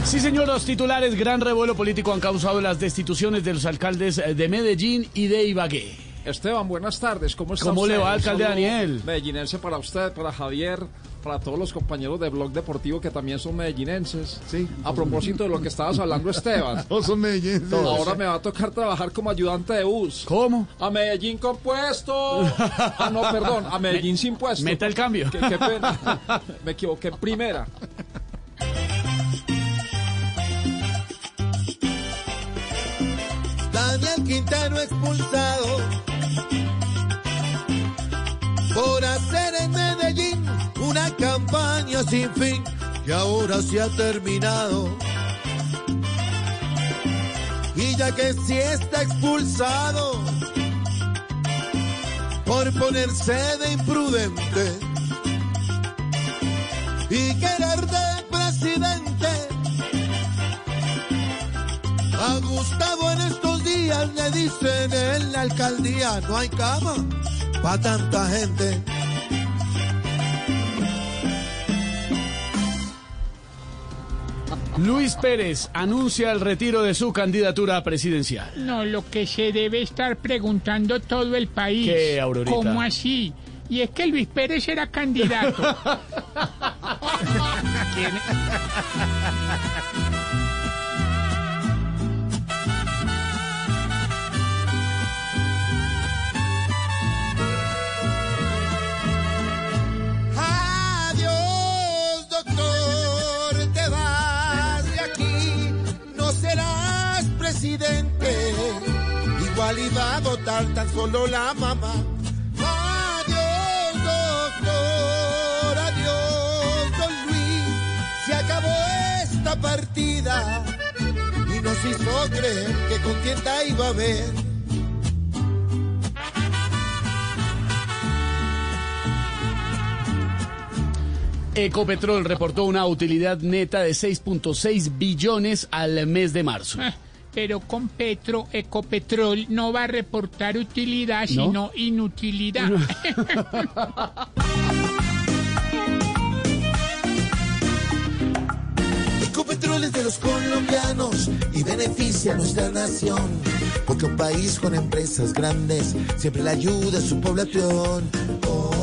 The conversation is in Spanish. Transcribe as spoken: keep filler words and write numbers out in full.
Sí, señor, los titulares, gran revuelo político han causado las destituciones de los alcaldes de Medellín y de Ibagué. Esteban, buenas tardes, ¿cómo está ¿Cómo usted? le va, alcalde Daniel? Medellinense para usted, para Javier, para todos los compañeros de Blog Deportivo que también son medellinenses. Sí. A propósito de lo que estabas hablando, Esteban. Todos son medellinenses. Ahora me va a tocar trabajar como ayudante de bus. ¿Cómo? A Medellín con puesto. Ah, no, perdón, a Medellín sin puesto. Meta el cambio. Qué, qué pena. Me equivoqué en primera. Daniel Quintero expulsado por hacer en Medellín una campaña sin fin que ahora se ha terminado. Y ya que sí está expulsado por ponerse de imprudente y querer de presidente, a Gustavo en estos días le dicen en la alcaldía no hay cama pa' tanta gente. Luis Pérez anuncia el retiro de su candidatura presidencial. No, lo que se debe estar preguntando todo el país. ¿Qué, Aurorita? ¿Cómo así? Y es que Luis Pérez era candidato. ¿Quién? Adiós, doctor, te vas de aquí, no serás presidente, igual iba a votar tan solo la mamá. Adiós, doctor, adiós, don Luis, se acabó esta partida y nos hizo creer que contienda iba a haber. Ecopetrol reportó una utilidad neta de seis punto seis billones al mes de marzo. Ah, pero con Petro, Ecopetrol no va a reportar utilidad, ¿No? sino inutilidad. Ecopetrol es de los colombianos y beneficia a nuestra nación, porque un país con empresas grandes siempre le ayuda a su población. Oh.